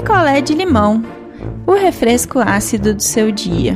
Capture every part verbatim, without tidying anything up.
picolé de limão, o refresco ácido do seu dia.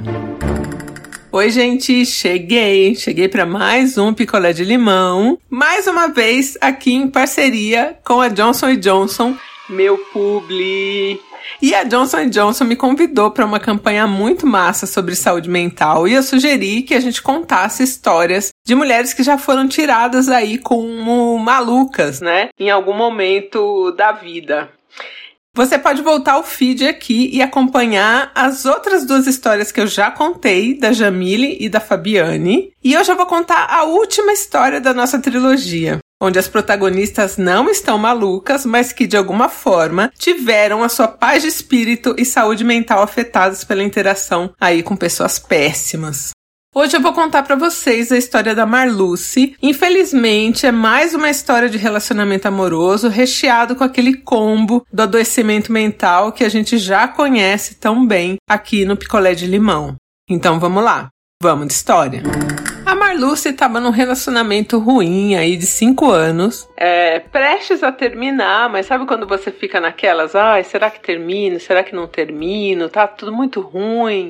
Oi, gente, cheguei, cheguei para mais um picolé de limão, mais uma vez aqui em parceria com a Johnson and Johnson, meu publi. E a Johnson and Johnson me convidou para uma campanha muito massa sobre saúde mental e eu sugeri que a gente contasse histórias de mulheres que já foram tiradas aí como malucas, né, em algum momento da vida. Você pode voltar ao feed aqui e acompanhar as outras duas histórias que eu já contei, da Jamile e da Fabiane. E eu já vou contar a última história da nossa trilogia, onde as protagonistas não estão malucas, mas que de alguma forma tiveram a sua paz de espírito e saúde mental afetadas pela interação aí com pessoas péssimas. Hoje eu vou contar pra vocês a história da Marluce. Infelizmente, é mais uma história de relacionamento amoroso recheado com aquele combo do adoecimento mental que a gente já conhece tão bem aqui no Picolé de Limão. Então vamos lá, vamos de história. A Marluce estava num relacionamento ruim aí de cinco anos, é, prestes a terminar, mas sabe quando você fica naquelas, ai, será que termino, será que não termino, tá tudo muito ruim.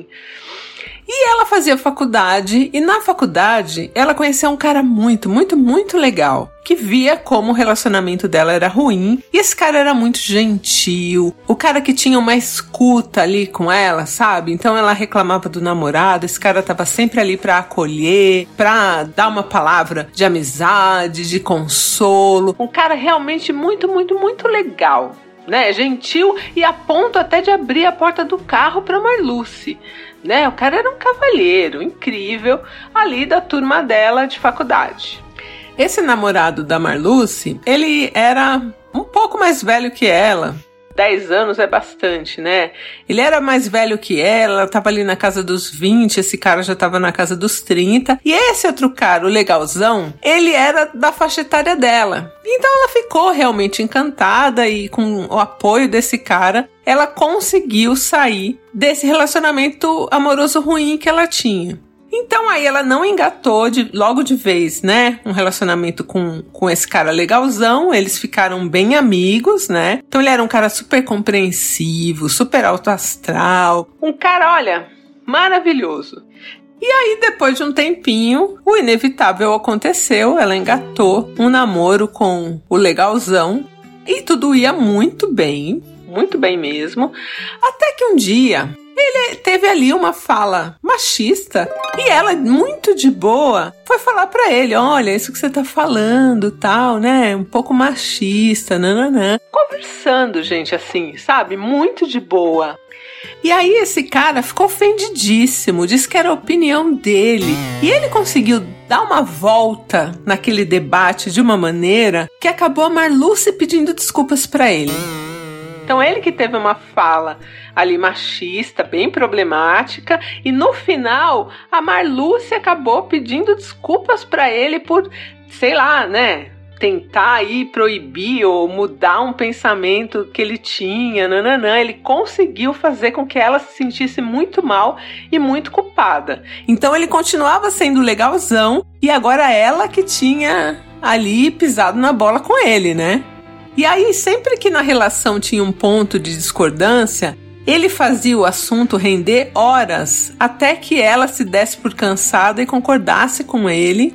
E ela fazia faculdade, e na faculdade ela conheceu um cara muito, muito, muito legal, que via como o relacionamento dela era ruim, e esse cara era muito gentil, o cara que tinha uma escuta ali com ela, sabe? Então ela reclamava do namorado, esse cara tava sempre ali pra acolher, pra dar uma palavra de amizade, de consolo, um cara realmente muito, muito, muito legal, né? Gentil e a ponto até de abrir a porta do carro pra Marluce. Né? O cara era um cavalheiro incrível ali da turma dela de faculdade. Esse namorado da Marluce, ele era um pouco mais velho que ela. dez anos é bastante, né? Ele era mais velho que ela, ela tava ali na casa dos vinte, esse cara já tava na casa dos trinta. E esse outro cara, o legalzão, ele era da faixa etária dela. Então ela ficou realmente encantada e com o apoio desse cara, ela conseguiu sair desse relacionamento amoroso ruim que ela tinha. Então aí ela não engatou de, logo de vez, né, um relacionamento com, com esse cara legalzão, eles ficaram bem amigos, né, então ele era um cara super compreensivo, super alto astral, um cara, olha, maravilhoso. E aí depois de um tempinho, o inevitável aconteceu, ela engatou um namoro com o legalzão e tudo ia muito bem, muito bem mesmo, até que um dia ele teve ali uma fala machista e ela, muito de boa, foi falar pra ele, olha, isso que você tá falando, tal, né, um pouco machista, nananã. Conversando, gente, assim, sabe, muito de boa. E aí esse cara ficou ofendidíssimo, disse que era a opinião dele. E ele conseguiu dar uma volta naquele debate de uma maneira que acabou a Marluce pedindo desculpas pra ele. Então ele que teve uma fala ali machista, bem problemática, e no final a Marluce acabou pedindo desculpas para ele por, sei lá, né, tentar aí proibir ou mudar um pensamento que ele tinha, nananã. Ele conseguiu fazer com que ela se sentisse muito mal e muito culpada. Então ele continuava sendo legalzão e agora ela que tinha ali pisado na bola com ele, né? E aí, sempre que na relação tinha um ponto de discordância, ele fazia o assunto render horas até que ela se desse por cansada e concordasse com ele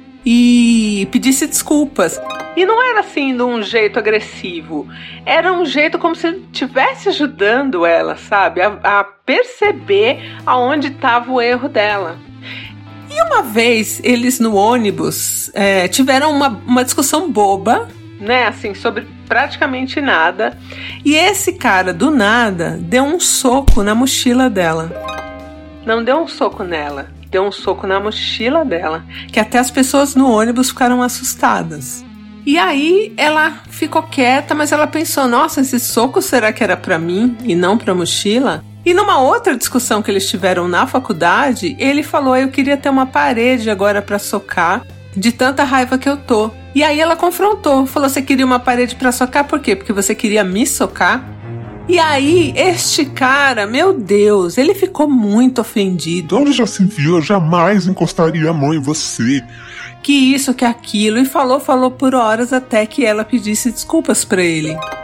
e pedisse desculpas. E não era assim de um jeito agressivo, era um jeito como se ele estivesse ajudando ela, sabe, a, a perceber aonde estava o erro dela. E uma vez, eles no ônibus é, tiveram uma, uma discussão boba, né, assim, sobre praticamente nada. E esse cara, do nada, deu um soco na mochila dela. Não deu um soco nela, deu um soco na mochila dela, que até as pessoas no ônibus ficaram assustadas. E aí ela ficou quieta, mas ela pensou, nossa, esse soco será que era pra mim e não pra mochila? E numa outra discussão que eles tiveram na faculdade, ele falou, eu queria ter uma parede agora pra socar, de tanta raiva que eu tô. E aí ela confrontou, falou, você queria uma parede pra socar por quê? Porque você queria me socar? E aí, este cara, meu Deus, ele ficou muito ofendido. Onde já se viu, eu jamais encostaria a mão em você. Que isso, que aquilo, e falou, falou por horas até que ela pedisse desculpas pra ele.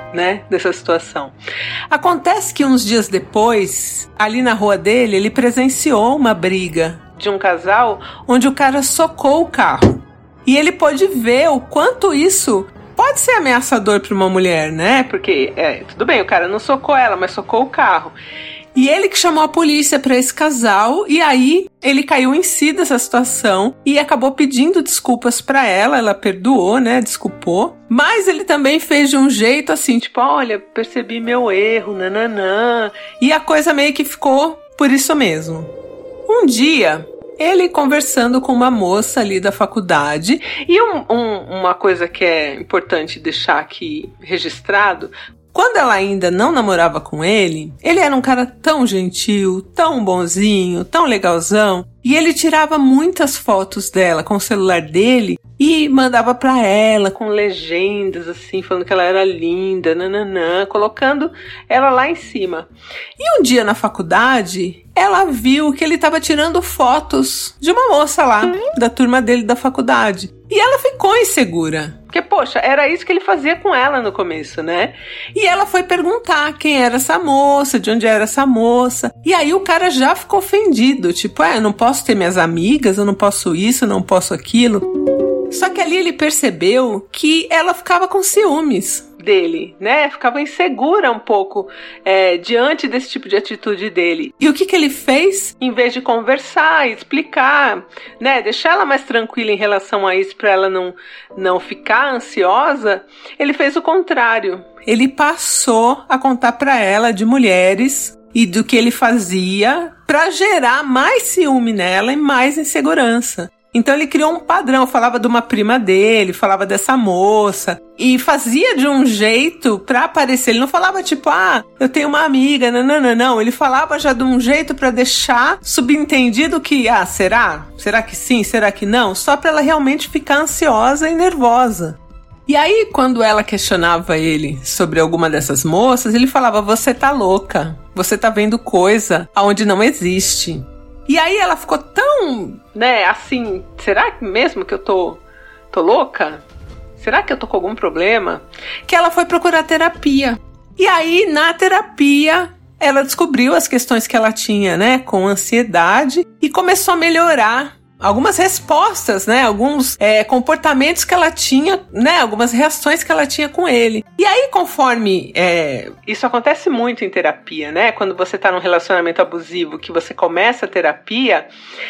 né, dessa situação. Acontece que uns dias depois, ali na rua dele, ele presenciou uma briga de um casal onde o cara socou o carro. E ele pôde ver o quanto isso pode ser ameaçador para uma mulher, né? Porque, é, tudo bem, o cara não socou ela, mas socou o carro. E ele que chamou a polícia para esse casal, e aí ele caiu em si dessa situação e acabou pedindo desculpas para ela, ela perdoou, né, desculpou, mas ele também fez de um jeito assim, tipo, olha, percebi meu erro, nananã, e a coisa meio que ficou por isso mesmo. Um dia, ele conversando com uma moça ali da faculdade, e um, um, uma coisa que é importante deixar aqui registrado, quando ela ainda não namorava com ele, ele era um cara tão gentil, tão bonzinho, tão legalzão, e ele tirava muitas fotos dela com o celular dele e mandava pra ela com legendas assim, falando que ela era linda, nananã, colocando ela lá em cima. E um dia na faculdade, ela viu que ele estava tirando fotos de uma moça lá, da turma dele da faculdade. E ela ficou insegura. Porque, poxa, era isso que ele fazia com ela no começo, né? E ela foi perguntar quem era essa moça, de onde era essa moça. E aí o cara já ficou ofendido. Tipo, é, eu não posso ter minhas amigas, eu não posso isso, eu não posso aquilo. Só que ali ele percebeu que ela ficava com ciúmes dele, né? Ficava insegura um pouco é, diante desse tipo de atitude dele. E o que que ele fez? Em vez de conversar, explicar, né? Deixar ela mais tranquila em relação a isso para ela não, não ficar ansiosa, ele fez o contrário. Ele passou a contar para ela de mulheres e do que ele fazia para gerar mais ciúme nela e mais insegurança. Então ele criou um padrão, falava de uma prima dele, falava dessa moça, e fazia de um jeito pra aparecer. Ele não falava tipo, ah, eu tenho uma amiga, não, não, não, não. Ele falava já de um jeito pra deixar subentendido que, ah, será? Será que sim? Será que não? Só pra ela realmente ficar ansiosa e nervosa. E aí, quando ela questionava ele sobre alguma dessas moças, ele falava, você tá louca, você tá vendo coisa aonde não existe. E aí ela ficou tão, né, assim, será mesmo que eu tô, tô louca? Será que eu tô com algum problema? Que ela foi procurar terapia. E aí, na terapia, ela descobriu as questões que ela tinha, né, com ansiedade e começou a melhorar algumas respostas, né, alguns é, comportamentos que ela tinha, né, algumas reações que ela tinha com ele. E aí, conforme, é, isso acontece muito em terapia, né, quando você tá num relacionamento abusivo, que você começa a terapia,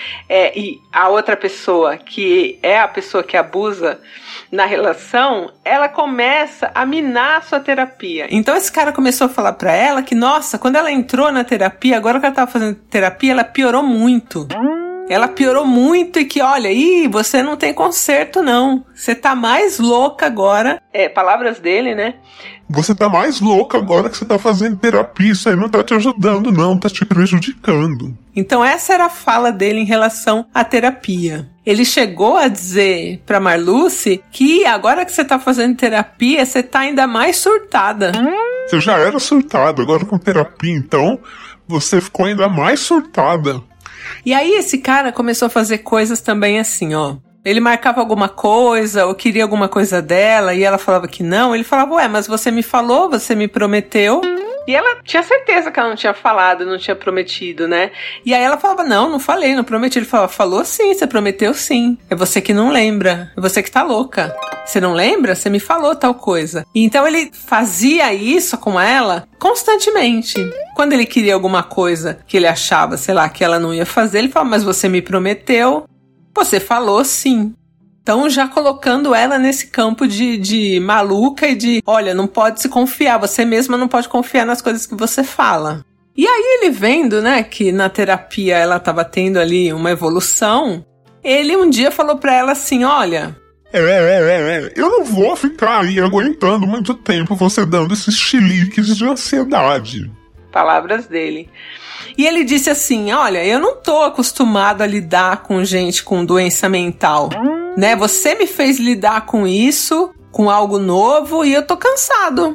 é, e a outra pessoa, que é a pessoa que abusa na relação, ela começa a minar a sua terapia. Então esse cara começou a falar pra ela que, nossa, quando ela entrou na terapia, agora que ela tava fazendo terapia, ela piorou muito. Ela piorou muito e que, olha, ih, você não tem conserto, não. Você tá mais louca agora. É, palavras dele, né? Você tá mais louca agora que você tá fazendo terapia. Isso aí não tá te ajudando, não. Tá te prejudicando. Então essa era a fala dele em relação à terapia. Ele chegou a dizer pra Marluce que agora que você tá fazendo terapia, você tá ainda mais surtada. Você já era surtada, agora com terapia, então você ficou ainda mais surtada. E aí esse cara começou a fazer coisas também assim, ó. Ele marcava alguma coisa ou queria alguma coisa dela e ela falava que não. Ele falava, ué, mas você me falou, você me prometeu. E ela tinha certeza que ela não tinha falado, não tinha prometido, né? E aí ela falava, não, não falei, não prometi. Ele falava, falou sim, você prometeu sim. É você que não lembra, é você que tá louca. Você não lembra? Você me falou tal coisa. E então ele fazia isso com ela constantemente. Quando ele queria alguma coisa que ele achava, sei lá, que ela não ia fazer, ele falava, mas você me prometeu, você falou sim. Então já colocando ela nesse campo de, de maluca e de, olha, não pode se confiar, você mesma não pode confiar nas coisas que você fala. E aí ele vendo, né, que na terapia ela estava tendo ali uma evolução, ele um dia falou pra ela assim, olha... É, é, é, é, eu não vou ficar aí aguentando muito tempo você dando esses chiliques de ansiedade. Palavras dele. E ele disse assim, olha, eu não tô acostumado a lidar com gente com doença mental, né? Você me fez lidar com isso, com algo novo, e eu tô cansado.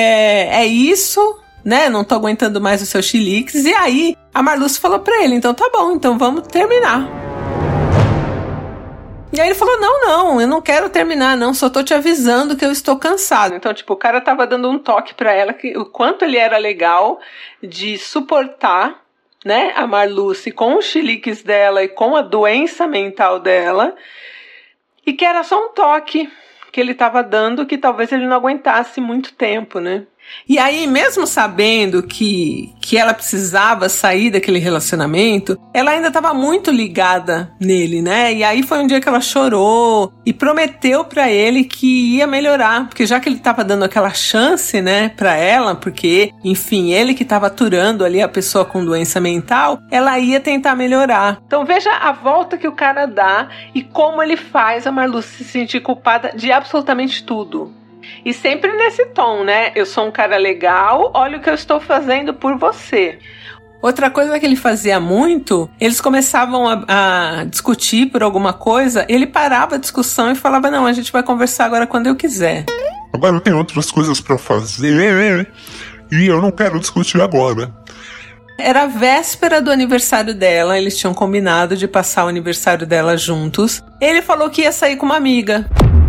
É, é isso, né? Não tô aguentando mais os seus chiliques. E aí, a Marluce falou pra ele, então tá bom, então vamos terminar. E aí ele falou, não, não, eu não quero terminar, não, só tô te avisando que eu estou cansado. Então, tipo, o cara tava dando um toque pra ela, que, o quanto ele era legal de suportar, né, a Marluce com os chiliques dela e com a doença mental dela, e que era só um toque que ele tava dando, que talvez ele não aguentasse muito tempo, né. E aí, mesmo sabendo que, que ela precisava sair daquele relacionamento, ela ainda estava muito ligada nele, né? E aí foi um dia que ela chorou e prometeu pra ele que ia melhorar, porque já que ele estava dando aquela chance, né, pra ela, porque, enfim, ele que estava aturando ali a pessoa com doença mental, ela ia tentar melhorar. Então veja a volta que o cara dá e como ele faz a Marluce se sentir culpada de absolutamente tudo. E sempre nesse tom, né? Eu sou um cara legal, olha o que eu estou fazendo por você. Outra coisa que ele fazia muito, eles começavam a, a discutir por alguma coisa, ele parava a discussão e falava, não, a gente vai conversar agora quando eu quiser. Agora eu tenho outras coisas pra fazer e eu não quero discutir agora. Era a véspera do aniversário dela, eles tinham combinado de passar o aniversário dela juntos. Ele falou que ia sair com uma amiga,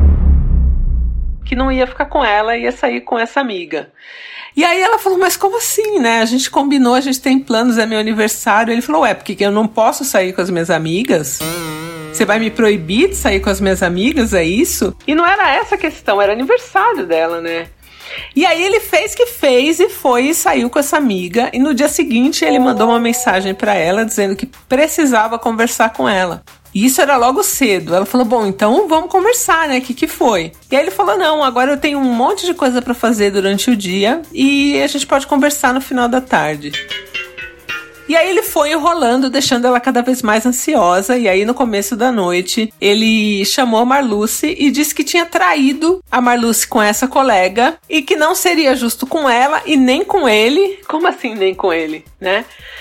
que não ia ficar com ela, ia sair com essa amiga. E aí ela falou, mas como assim, né? A gente combinou, a gente tem planos, é meu aniversário. Ele falou, ué, porque eu não posso sair com as minhas amigas? Você vai me proibir de sair com as minhas amigas, é isso? E não era essa a questão, era aniversário dela, né? E aí ele fez que fez e foi e saiu com essa amiga. E no dia seguinte ele mandou uma mensagem pra ela dizendo que precisava conversar com ela. E isso era logo cedo. Ela falou, bom, então vamos conversar, né? O que que foi? E aí ele falou, não, agora eu tenho um monte de coisa pra fazer durante o dia e a gente pode conversar no final da tarde. E aí ele foi enrolando, deixando ela cada vez mais ansiosa. E aí no começo da noite, ele chamou a Marluce e disse que tinha traído a Marluce com essa colega e que não seria justo com ela e nem com ele. Como assim nem com ele, né?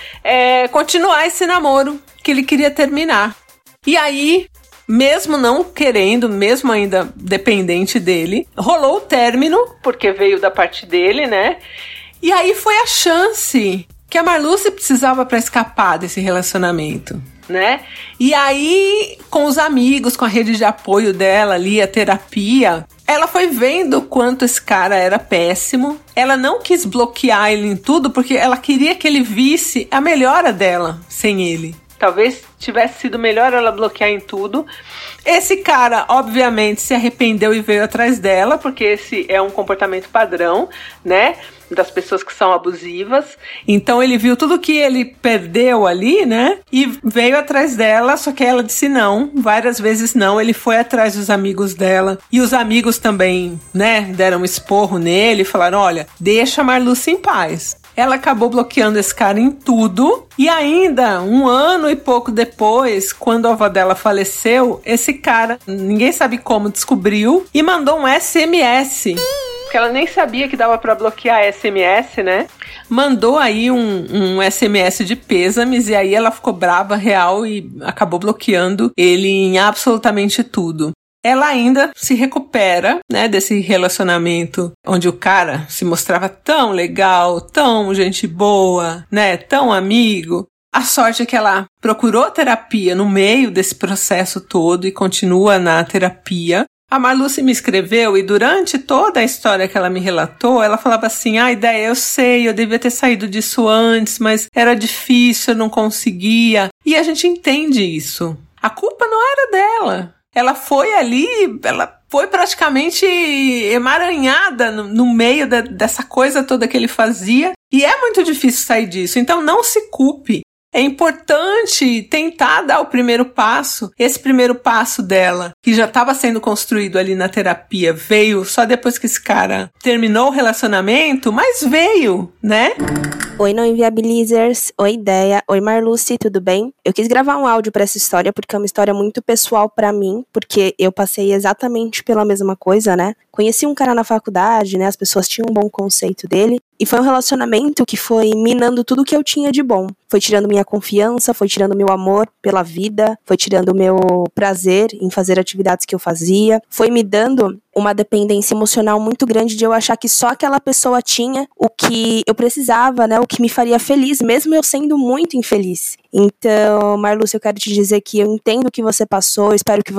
É, continuar esse namoro que ele queria terminar. E aí, mesmo não querendo, mesmo ainda dependente dele, rolou o término, porque veio da parte dele, né? E aí foi a chance que a Marluce precisava para escapar desse relacionamento, né? E aí, com os amigos, com a rede de apoio dela ali, a terapia, ela foi vendo o quanto esse cara era péssimo. Ela não quis bloquear ele em tudo, porque ela queria que ele visse a melhora dela sem ele. Talvez tivesse sido melhor ela bloquear em tudo. Esse cara, obviamente, se arrependeu e veio atrás dela, porque esse é um comportamento padrão, né, das pessoas que são abusivas. Então ele viu tudo que ele perdeu ali, né, e veio atrás dela, só que ela disse não, várias vezes não. Ele foi atrás dos amigos dela, e os amigos também, né, deram um esporro nele e falaram, olha, deixa a Marluce em paz. Ela acabou bloqueando esse cara em tudo. E ainda, um ano e pouco depois, quando a avó dela faleceu, esse cara, ninguém sabe como, descobriu e mandou um S M S. Porque ela nem sabia que dava pra bloquear S M S, né? Mandou aí um, um S M S de pêsames e aí ela ficou brava, real, e acabou bloqueando ele em absolutamente tudo. Ela ainda se recupera, né, desse relacionamento onde o cara se mostrava tão legal, tão gente boa, né, tão amigo. A sorte é que ela procurou terapia no meio desse processo todo e continua na terapia. A Marluce me escreveu e durante toda a história que ela me relatou, ela falava assim, ah, ideia, eu sei, eu devia ter saído disso antes, mas era difícil, eu não conseguia. E a gente entende isso. A culpa não era dela. Ela foi ali, ela foi praticamente emaranhada no, no meio da, dessa coisa toda que ele fazia. E é muito difícil sair disso, então não se culpe. É importante tentar dar o primeiro passo. Esse primeiro passo dela, que já estava sendo construído ali na terapia, veio só depois que esse cara terminou o relacionamento, mas veio, né? Oi, não inviabilizers. Oi, Ideia. Oi, Marluce, tudo bem? Eu quis gravar um áudio pra essa história porque é uma história muito pessoal pra mim, porque eu passei exatamente pela mesma coisa, né? Conheci um cara na faculdade, né? As pessoas tinham um bom conceito dele. E foi um relacionamento que foi minando tudo que eu tinha de bom. Foi tirando minha confiança, foi tirando meu amor pela vida, foi tirando meu prazer em fazer atividades que eu fazia, foi me dando uma dependência emocional muito grande de eu achar que só aquela pessoa tinha o que eu precisava, né? O que me faria feliz, mesmo eu sendo muito infeliz. Então, Marluce, eu quero te dizer que eu entendo o que você passou, eu espero que você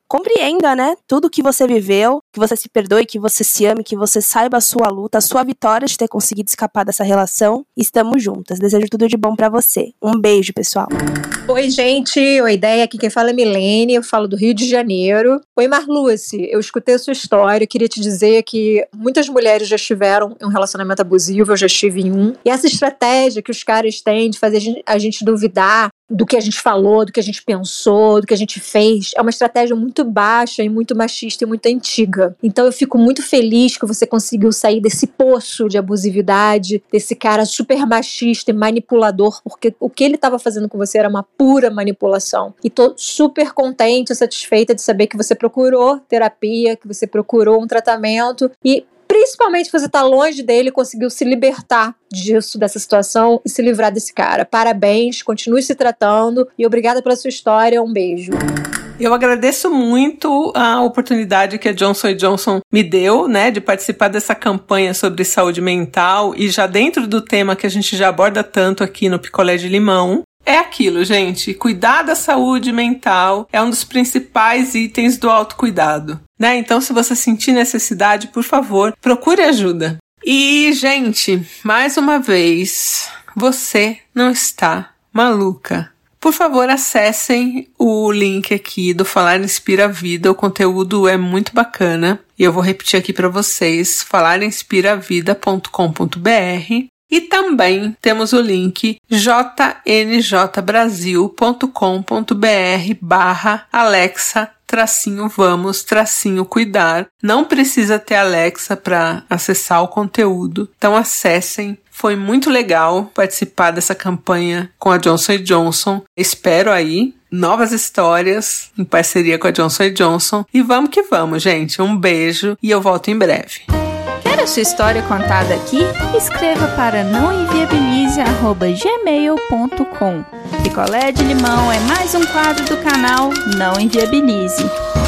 compreenda, né, tudo que você viveu, que você se perdoe, que você se ame, que você saiba a sua luta, a sua vitória de ter conseguido escapar dessa relação. Estamos juntas. Desejo tudo de bom pra você. Um beijo, pessoal. Oi, gente. Oi, ideia. Aqui quem fala é Milene. Eu falo do Rio de Janeiro. Oi, Marluce. Eu escutei a sua história. Eu queria te dizer que muitas mulheres já estiveram em um relacionamento abusivo. Eu já estive em um. E essa estratégia que os caras têm de fazer a gente, a gente duvidar do que a gente falou, do que a gente pensou, do que a gente fez, é uma estratégia muito baixa e muito machista e muito antiga. Então eu fico muito feliz que você conseguiu sair desse poço de abusividade, desse cara super machista e manipulador, porque o que ele estava fazendo com você era uma pura manipulação. E tô super contente e satisfeita de saber que você procurou terapia, que você procurou um tratamento e principalmente você tá longe dele e conseguiu se libertar disso, dessa situação e se livrar desse cara. Parabéns, continue se tratando e obrigada pela sua história. Um beijo. Eu agradeço muito a oportunidade que a Johnson and Johnson me deu, né, de participar dessa campanha sobre saúde mental e já dentro do tema que a gente já aborda tanto aqui no Picolé de Limão. É aquilo, gente, cuidar da saúde mental é um dos principais itens do autocuidado, né? Então, se você sentir necessidade, por favor, procure ajuda. E, gente, mais uma vez, você não está maluca. Por favor, acessem o link aqui do Falar Inspira a Vida, o conteúdo é muito bacana. E eu vou repetir aqui para vocês, falar inspira a vida ponto com ponto b r. E também temos o link j n j brasil ponto com ponto b r barra Alexa tracinho vamos tracinho cuidar. Não precisa ter Alexa para acessar o conteúdo, então acessem. Foi muito legal participar dessa campanha com a Johnson and Johnson. Espero aí novas histórias em parceria com a Johnson and Johnson. E vamos que vamos, gente. Um beijo e eu volto em breve. Quer a sua história contada aqui? Escreva para não inviabilize arroba gmail ponto com. Picolé de Limão é mais um quadro do canal Não Inviabilize.